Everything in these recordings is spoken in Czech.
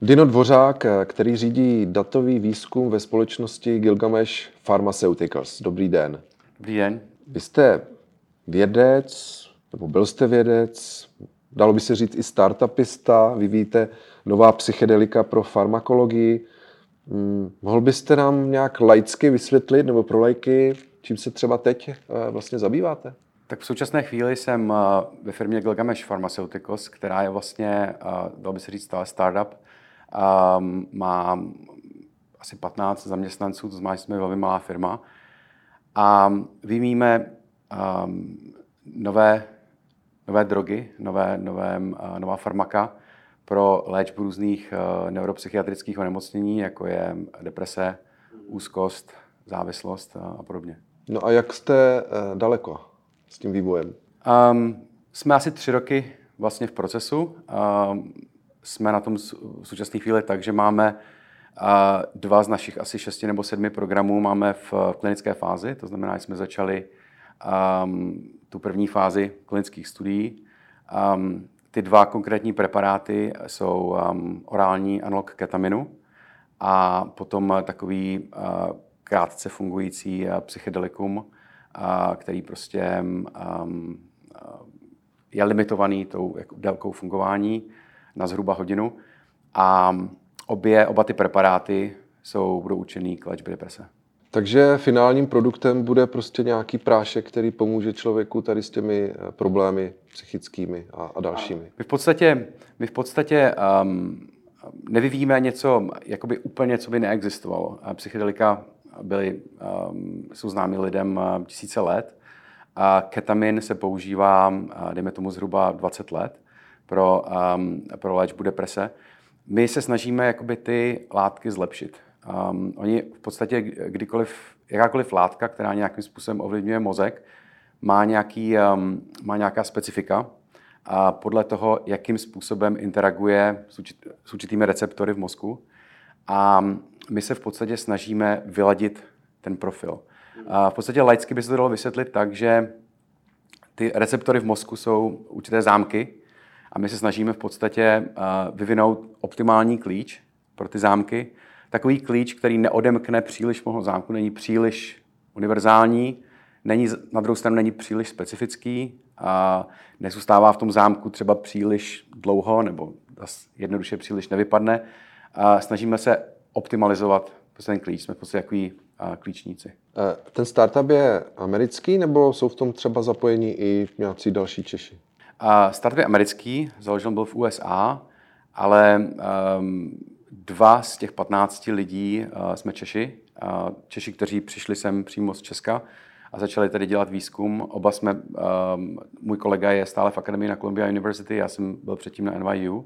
Dino Dvořák, který řídí datový výzkum ve společnosti Gilgamesh Pharmaceuticals. Dobrý den. Dobrý den. Vy jste vědec, nebo byl jste vědec, dalo by se říct i startupista, vyvíjíte nová psychedelika pro farmakologii. Mohl byste nám nějak laicky vysvětlit, nebo pro laiky, čím se třeba teď vlastně zabýváte? Tak v současné chvíli jsem ve firmě Gilgamesh Pharmaceuticals, která je vlastně, dalo by se říct, startup. Má asi 15 zaměstnanců, to znamená, že jsme velmi malá firma. A vyvíjíme nové drogy, nová farmaka pro léčbu různých neuropsychiatrických onemocnění, jako je deprese, úzkost, závislost a podobně. No a jak jste daleko s tím vývojem? Jsme asi 3 roky vlastně v procesu. Jsme na tom v současné chvíli tak, že máme 2 z našich asi 6 nebo 7 programů máme v klinické fázi. To znamená, že jsme začali tu první fázi klinických studií. Ty 2 konkrétní preparáty jsou orální analog ketaminu a potom takový krátce fungující psychedelikum, který prostě je limitovaný tou délkou fungování na zhruba hodinu. A oba ty preparáty budou určený k léčbě deprese. Takže finálním produktem bude prostě nějaký prášek, který pomůže člověku tady s těmi problémy psychickými a dalšími. My v podstatě nevyvíjíme něco jakoby úplně, co by neexistovalo. Psychedelika jsou známí lidem tisíce let. A ketamin se používá, dejme tomu, zhruba 20 let pro léčbu deprese. My se snažíme jakoby ty látky zlepšit. Oni v podstatě jakákoliv látka, která nějakým způsobem ovlivňuje mozek, má nějaká specifika a podle toho, jakým způsobem interaguje s určitými receptory v mozku. A my se v podstatě snažíme vyladit ten profil. V podstatě laicky by se to dalo vysvětlit tak, že ty receptory v mozku jsou určité zámky a my se snažíme v podstatě vyvinout optimální klíč pro ty zámky. Takový klíč, který neodemkne příliš mnoho zámků, není příliš univerzální, na druhou stranu není příliš specifický a nezůstává v tom zámku třeba příliš dlouho nebo jednoduše příliš nevypadne. Snažíme se optimalizovat ten klíč, jsme v podstatě takový klíčníci. Ten startup je americký, nebo jsou v tom třeba zapojení i nějací další Češi? Startup je americký, založen byl v USA, ale 2 z těch 15 lidí jsme Češi. Češi, kteří přišli sem přímo z Česka a začali tady dělat výzkum. Můj kolega je stále v akademii na Columbia University, já jsem byl předtím na NYU.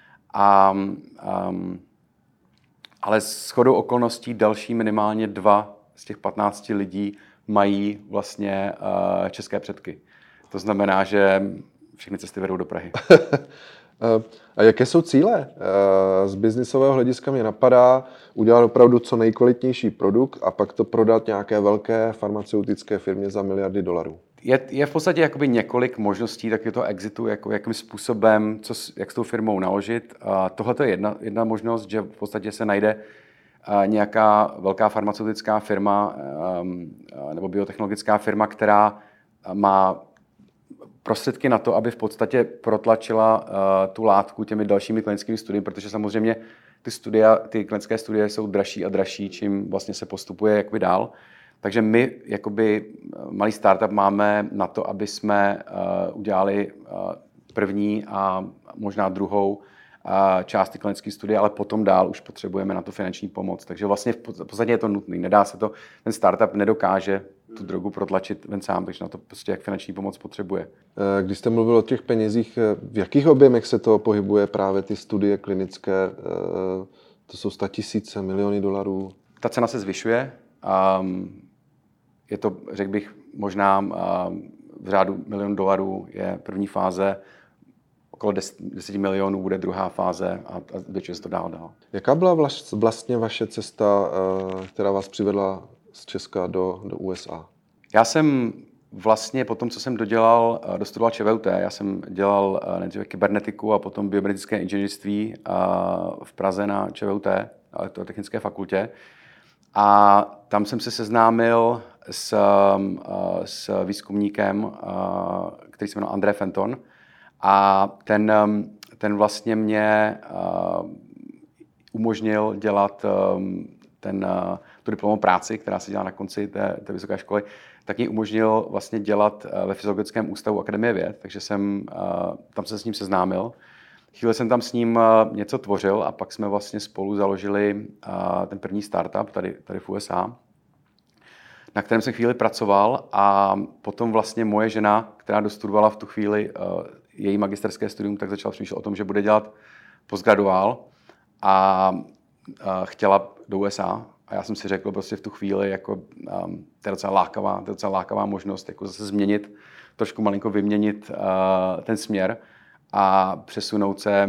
Ale shodou okolností další minimálně 2 z těch 15 lidí mají vlastně české předky. To znamená, že všechny cesty vedou do Prahy. A jaké jsou cíle? Z biznisového hlediska mě napadá udělat opravdu co nejkvalitnější produkt a pak to prodat nějaké velké farmaceutické firmě za miliardy dolarů. Je v podstatě jakoby několik možností takového exitu, jakým způsobem, jak s tou firmou naložit. Tohle je jedna možnost, že v podstatě se najde nějaká velká farmaceutická firma nebo biotechnologická firma, která má prostředky na to, aby v podstatě protlačila tu látku těmi dalšími klinickými studiemi, protože samozřejmě ty klinické studie jsou dražší a dražší, čím vlastně se postupuje jakoby dál. Takže my, jakoby malý startup, máme na to, aby jsme udělali první a možná druhou část klinické studie, ale potom dál už potřebujeme na to finanční pomoc. Takže vlastně v podstatě je to nutné. Nedá se to, ten startup nedokáže tu drogu protlačit ven sám, takže na to prostě jak finanční pomoc potřebuje. Když jste mluvil o těch penězích, v jakých objemech se to pohybuje právě ty studie klinické? To jsou 100 000, miliony dolarů? Ta cena se zvyšuje. Je to, řekl bych, možná v řádu $1 milion je první fáze, okolo 10 milionů bude druhá fáze a zvětšuje se to dál. Jaká byla vlastně vaše cesta, která vás přivedla z Česka do USA? Já jsem vlastně po tom, co jsem dostudoval ČVUT, já jsem dělal nejdříve kybernetiku a potom biomedické inženýrství v Praze na ČVUT, Elektrotechnické fakultě. A tam jsem se seznámil s výzkumníkem, který se jmenoval André Fenton. A ten vlastně mě umožnil dělat tu diplomovou práci, která se dělá na konci té vysoké školy, tak ji umožnil vlastně dělat ve Fyziologickém ústavu Akademie věd, takže tam se s ním seznámil. Chvíli jsem tam s ním něco tvořil a pak jsme vlastně spolu založili ten první startup tady v USA, na kterém jsem chvíli pracoval a potom vlastně moje žena, která dostudovala v tu chvíli její magisterské studium, tak začala přemýšlet o tom, že bude dělat postgraduál a chtěla do USA. A já jsem si řekl prostě v tu chvíli, jako to je docela lákavá možnost jako zase změnit, trošku malinko vyměnit ten směr a přesunout se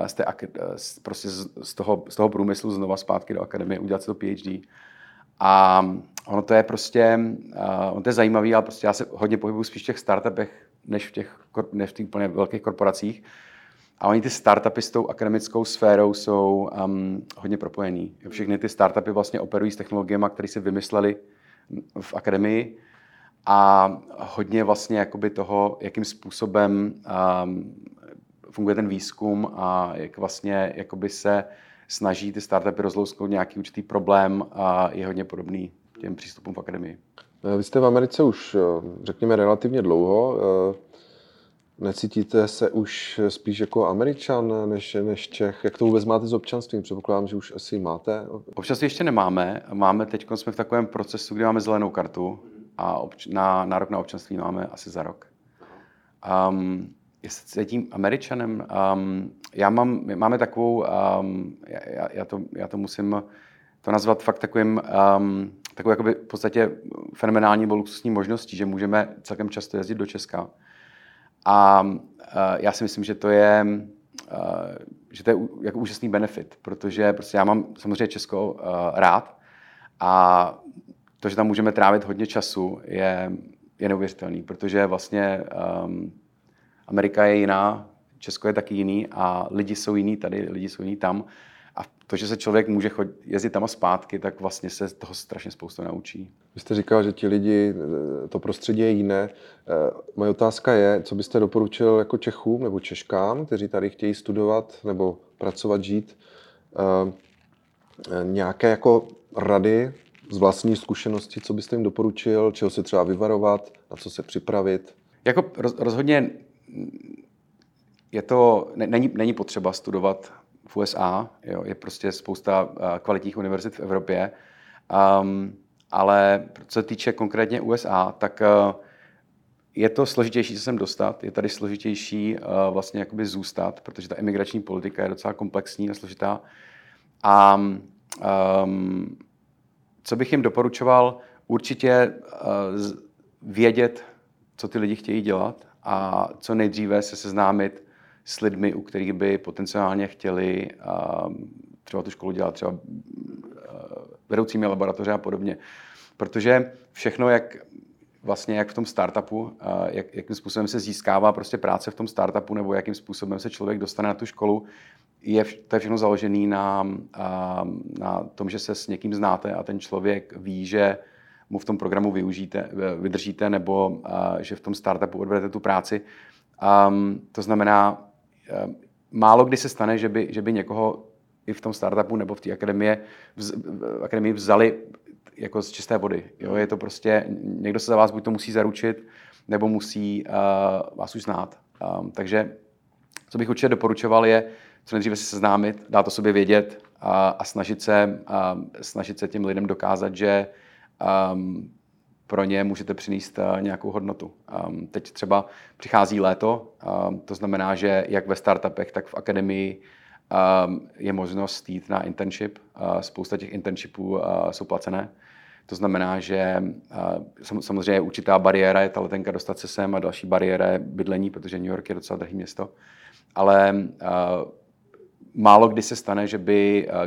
z toho průmyslu znova zpátky do akademie, udělat si to PhD. A ono to je prostě, ono to je zajímavé, ale prostě já se hodně pohybuju spíš v těch startupech, než v těch úplně velkých korporacích. A oni ty startupy s tou akademickou sférou jsou hodně propojený. Všechny ty startupy vlastně operují s technologiemi, které si vymysleli v akademii a hodně vlastně jakoby toho, jakým způsobem funguje ten výzkum a jak vlastně jakoby se snaží ty startupy rozlousknout nějaký určitý problém a je hodně podobný těm přístupům v akademii. Vy jste v Americe už, řekněme, relativně dlouho. Necítíte se už spíš jako Američan než Čech? Jak to vůbec máte s občanstvím? Předpokládám, že už asi máte. Občanství ještě nemáme. Jsme v takovém procesu, kdy máme zelenou kartu a nárok na občanství máme asi za rok. Jestli se tím Američanem, máme takovou, já to musím to nazvat fakt takovou jakoby v podstatě fenomenální nebo luxusní možností, že můžeme celkem často jezdit do Česka. A já si myslím, že to je jako úžasný benefit, protože prostě já mám samozřejmě Česko rád a to, že tam můžeme trávit hodně času, je neuvěřitelný, protože vlastně Amerika je jiná, Česko je taky jiný a lidi jsou jiný tady, lidi jsou jiný tam. A to, že se člověk může jezdit tam a zpátky, tak vlastně se toho strašně spoustu naučí. Vy jste říkal, že ti lidi, to prostředí je jiné. Moje otázka je, co byste doporučil jako Čechům nebo Češkám, kteří tady chtějí studovat nebo pracovat, žít, nějaké jako rady z vlastní zkušenosti, co byste jim doporučil, čeho se třeba vyvarovat, na co se připravit? Jako rozhodně není potřeba studovat v USA, jo, je prostě spousta kvalitních univerzit v Evropě, ale co se týče konkrétně USA, tak je to složitější se sem dostat, je tady složitější vlastně jakoby zůstat, protože ta imigrační politika je docela komplexní a složitá. A co bych jim doporučoval, určitě vědět, co ty lidi chtějí dělat a co nejdříve se seznámit s lidmi, u kterých by potenciálně chtěli třeba tu školu dělat, třeba vedoucími laboratoře a podobně. Protože všechno, jak v tom startupu, jakým způsobem se získává prostě práce v tom startupu, nebo jakým způsobem se člověk dostane na tu školu, to je všechno založené na tom, že se s někým znáte a ten člověk ví, že mu v tom programu vydržíte, nebo že v tom startupu odvedete tu práci. To znamená, málo kdy se stane, že by někoho i v tom startupu nebo v té akademii vzali jako z čisté vody. Jo? Je to prostě, někdo se za vás buď to musí zaručit, nebo musí vás už znát. Takže co bych určitě doporučoval je, co nejdříve se seznámit, dát o sobě vědět a snažit se těm lidem dokázat, že pro ně můžete přinést nějakou hodnotu. Teď třeba přichází léto, to znamená, že jak ve startupech, tak v akademii je možnost jít na internship. Spousta těch internshipů jsou placené. To znamená, že samozřejmě určitá bariéra je ta letenka dostat se sem a další bariéra je bydlení, protože New York je docela drahé město. Ale málo kdy se stane, že by, když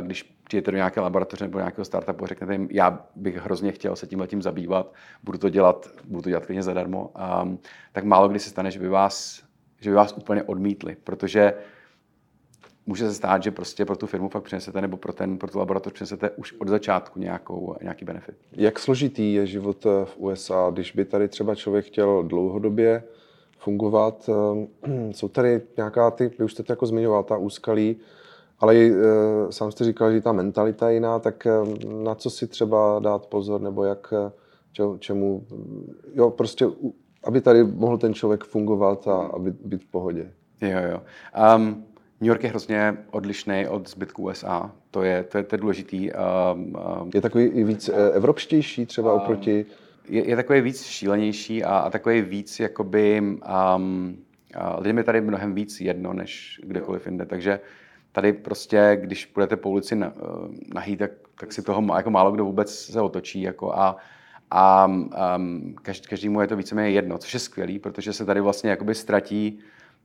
přijete do nějaké laboratoře nebo nějakého startupu a řeknete jim, já bych hrozně chtěl se tímhletím zabývat, budu to dělat klidně zadarmo, tak málo kdy se stane, že by vás úplně odmítli, protože může se stát, že prostě pro tu firmu fakt přinesete nebo pro tu laboratoř přinesete už od začátku nějaký benefit. Jak složitý je život v USA, když by tady třeba člověk chtěl dlouhodobě fungovat? Jsou tady nějaká vy už jste to jako zmiňoval, ta úskalí, ale sám jste říkal, že ta mentalita je jiná, tak na co si třeba dát pozor, nebo čemu, prostě, aby tady mohl ten člověk fungovat a aby být v pohodě. Jo. New York je hrozně odlišný od zbytku USA, to je důležitý. Je takový i víc evropštější třeba oproti... Je takový víc šílenější a takový víc jakoby... lidem je tady mnohem víc jedno, než kdekoliv jinde, takže tady prostě, když půjdete po ulici nahý, tak si toho jako málo kdo vůbec se otočí jako a každému je to víceméně jedno, což je skvělý, protože se tady vlastně jakoby ztratí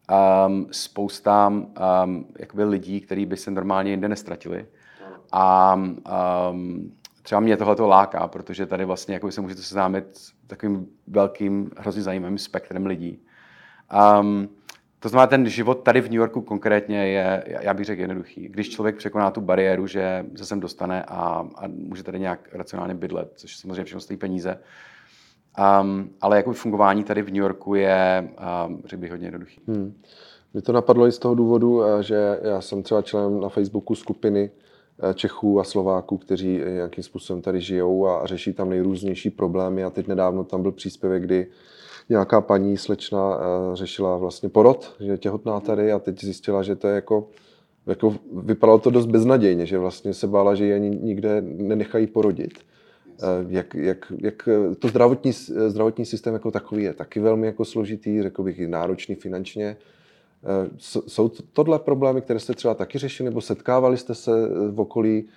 spousta jakoby lidí, kteří by se normálně jinde nestratili. A třeba mě tohleto láká, protože tady vlastně jakoby se můžete seznámit s takovým velkým, hrozně zajímavým spektrem lidí. To znamená, ten život tady v New Yorku konkrétně je, já bych řekl, jednoduchý. Když člověk překoná tu bariéru, že se sem dostane a může tady nějak racionálně bydlet, což samozřejmě všechno stojí peníze, ale jako fungování tady v New Yorku je, řekl bych, hodně jednoduchý. Mě to napadlo i z toho důvodu, že já jsem třeba členem na Facebooku skupiny Čechů a Slováků, kteří nějakým způsobem tady žijou a řeší tam nejrůznější problémy. A teď nedávno tam byl příspěvek, kdy nějaká paní slečna řešila vlastně porod, že je těhotná tady a teď zjistila, že to je jako vypadalo to dost beznadějně, že vlastně se bála, že ji ani nikde nenechají porodit. Jak to zdravotní systém jako takový je taky velmi jako složitý, řekl bych i náročný finančně. Jsou tohle problémy, které jste třeba taky řešili, nebo setkávali jste se v okolí?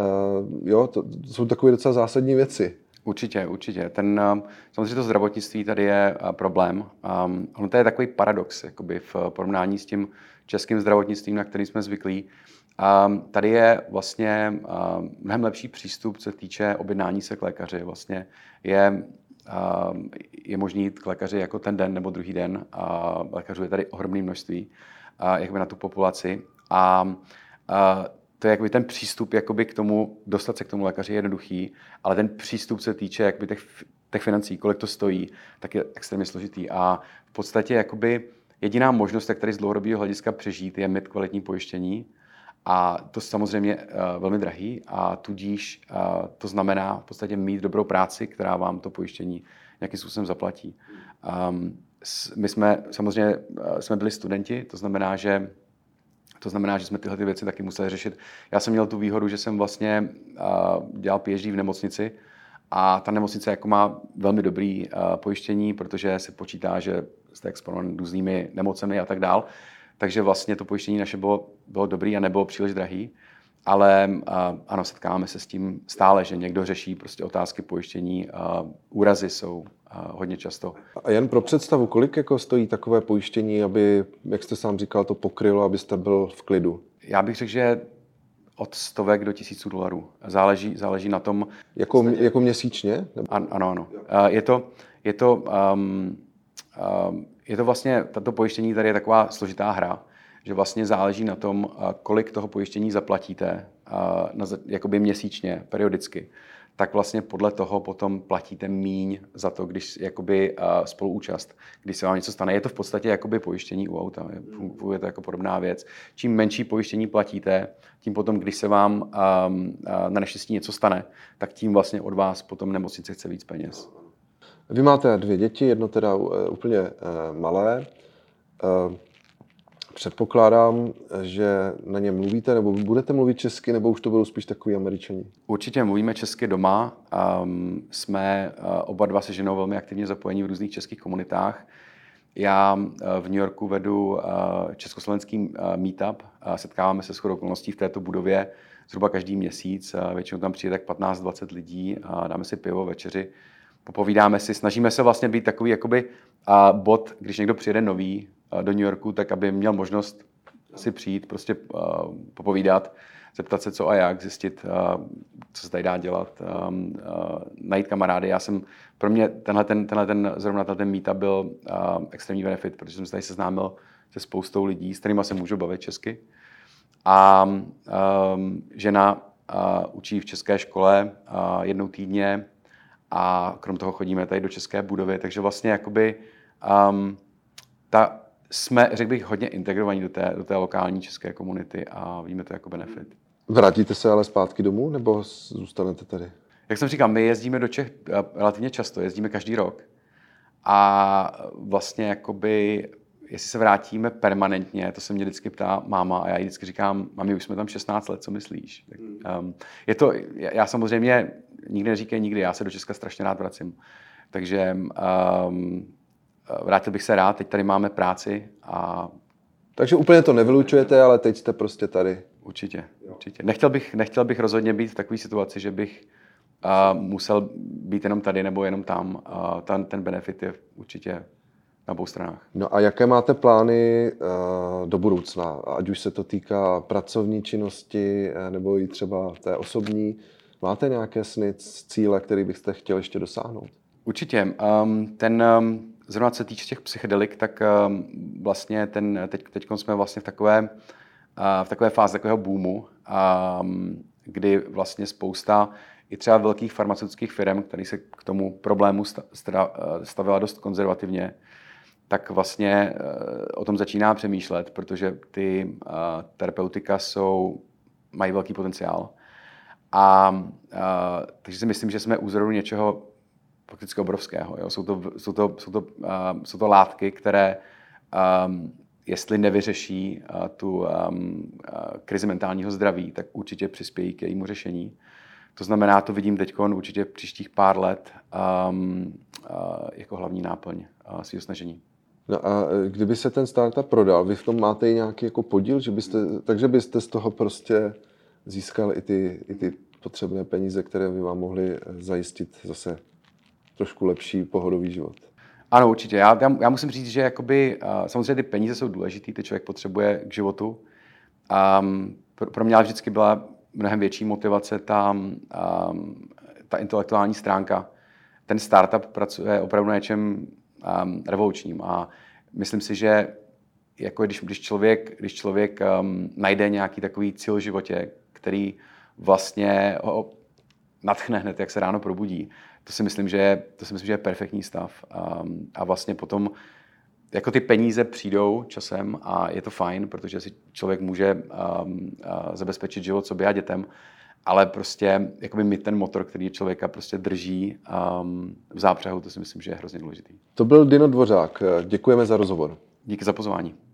To jsou takové docela zásadní věci. Určitě. Samozřejmě to zdravotnictví tady je problém. Ono to je takový paradox jakoby v porovnání s tím českým zdravotnictvím, na který jsme zvyklí. Tady je vlastně mnohem lepší přístup, co se týče objednání se k lékaři. Vlastně je možný jít k lékaři jako ten den nebo druhý den. Lékařů je tady ohromné množství jakoby na tu populaci. To je jakoby ten přístup jakoby k tomu, dostat se k tomu lékaři je jednoduchý, ale ten přístup se týče jakoby těch financí, kolik to stojí, tak je extrémně složitý. A v podstatě jakoby jediná možnost, jak tady z dlouhodobého hlediska přežít, je mít kvalitní pojištění. A to samozřejmě velmi drahý a tudíž to znamená v podstatě mít dobrou práci, která vám to pojištění nějakým způsobem zaplatí. My jsme samozřejmě byli studenti, to znamená, že jsme tyhle věci taky museli řešit. Já jsem měl tu výhodu, že jsem vlastně dělal PhD v nemocnici a ta nemocnice jako má velmi dobrý pojištění, protože se počítá, že jste exponovaný různými nemocemi a tak dál. Takže vlastně to pojištění naše bylo dobrý a nebylo příliš drahý. Ale ano, setkáváme se s tím stále, že někdo řeší prostě otázky pojištění. Úrazy jsou hodně často. A jen pro představu, kolik jako stojí takové pojištění, aby, jak jste sám říkal, to pokrylo, abyste byl v klidu? Já bych řekl, že od $100 do $1000. Záleží na tom... Jako měsíčně? Ano. Je to vlastně, tato pojištění tady je taková složitá hra, že vlastně záleží na tom, kolik toho pojištění zaplatíte jakoby měsíčně, periodicky. Tak vlastně podle toho potom platíte míň za to, když jakoby spoluúčast, když se vám něco stane. Je to v podstatě jakoby pojištění u auta. Funguje to jako podobná věc. Čím menší pojištění platíte, tím potom, když se vám na neštěstí něco stane, tak tím vlastně od vás potom nemocnice chce víc peněz. Vy máte 2 děti, jedno teda úplně malé. Předpokládám, že na ně mluvíte, nebo budete mluvit česky, nebo už to budou spíš takový Američani? Určitě mluvíme česky doma. Jsme oba dva se ženou velmi aktivně zapojení v různých českých komunitách. Já v New Yorku vedu československý meetup. Setkáváme se shodou okolností v této budově zhruba každý měsíc. Většinou tam přijde tak 15-20 lidí. Dáme si pivo, večeři, popovídáme si. Snažíme se vlastně být takový jakoby bod, když někdo přijede nový do New Yorku, tak aby měl možnost si přijít, prostě popovídat. zeptat se co a jak, zjistit, co se tady dá dělat, najít kamarády. Pro mě zrovna ten meetup byl extrémní benefit, protože jsem se tady seznámil se spoustou lidí, s kterými se můžu bavit česky. A žena učí v české škole jednou týdně a krom toho chodíme tady do české budovy, takže vlastně jakoby jsme, řekl bych, hodně integrovaní do té lokální české komunity a vidíme to jako benefit. Vrátíte se ale zpátky domů, nebo zůstanete tady? Jak jsem říkal, my jezdíme do Čech relativně často, jezdíme každý rok. A vlastně jakoby, jestli se vrátíme permanentně, to se mě vždycky ptá máma a já jí vždycky říkám, mami, už jsme tam 16 let, co myslíš? Já samozřejmě nikdy neříkám nikdy, já se do Česka strašně rád vracím. Takže vrátil bych se rád, teď tady máme práci a... Takže úplně to nevylučujete, ale teď jste prostě tady. Určitě. Nechtěl bych rozhodně být v takové situaci, že bych musel být jenom tady nebo jenom tam. Ten benefit je určitě na obou stranách. No a jaké máte plány do budoucna? Ať už se to týká pracovní činnosti nebo i třeba té osobní. Máte nějaké sny, cíle, které byste chtěli ještě dosáhnout? Určitě. Zrovna co se týče těch psychedelik, tak vlastně teď jsme vlastně v takové fázi takového boomu, kdy vlastně spousta i třeba velkých farmaceutických firm, které se k tomu problému stavila dost konzervativně, tak vlastně o tom začíná přemýšlet, protože ty terapeutika mají velký potenciál. Takže si myslím, že jsme u zrodu něčeho fakticky obrovského. Jo. Jsou to látky, které jestli nevyřeší tu krizi mentálního zdraví, tak určitě přispějí k jejímu řešení. To znamená, to vidím teď určitě příštích pár let jako hlavní náplň svého snažení. No a kdyby se ten startup prodal, vy v tom máte i nějaký jako podíl, takže byste z toho prostě získali i ty potřebné peníze, které by vám mohly zajistit zase trošku lepší pohodový život. Ano, určitě. Já musím říct, že jakoby, samozřejmě ty peníze jsou důležitý, ty člověk potřebuje k životu. Pro mě vždycky byla mnohem větší motivace ta intelektuální stránka. Ten startup pracuje opravdu na něčem revolučním a myslím si, že jako když člověk najde nějaký takový cíl v životě, který vlastně ho nadchne hned, jak se ráno probudí, to si myslím, že je perfektní stav. A vlastně potom jako ty peníze přijdou časem a je to fajn, protože si člověk může zabezpečit život sobě a dětem, ale prostě jakoby mít ten motor, který člověka prostě drží v zápřehu, to si myslím, že je hrozně důležitý. To byl Dino Dvořák. Děkujeme za rozhovor. Díky za pozvání.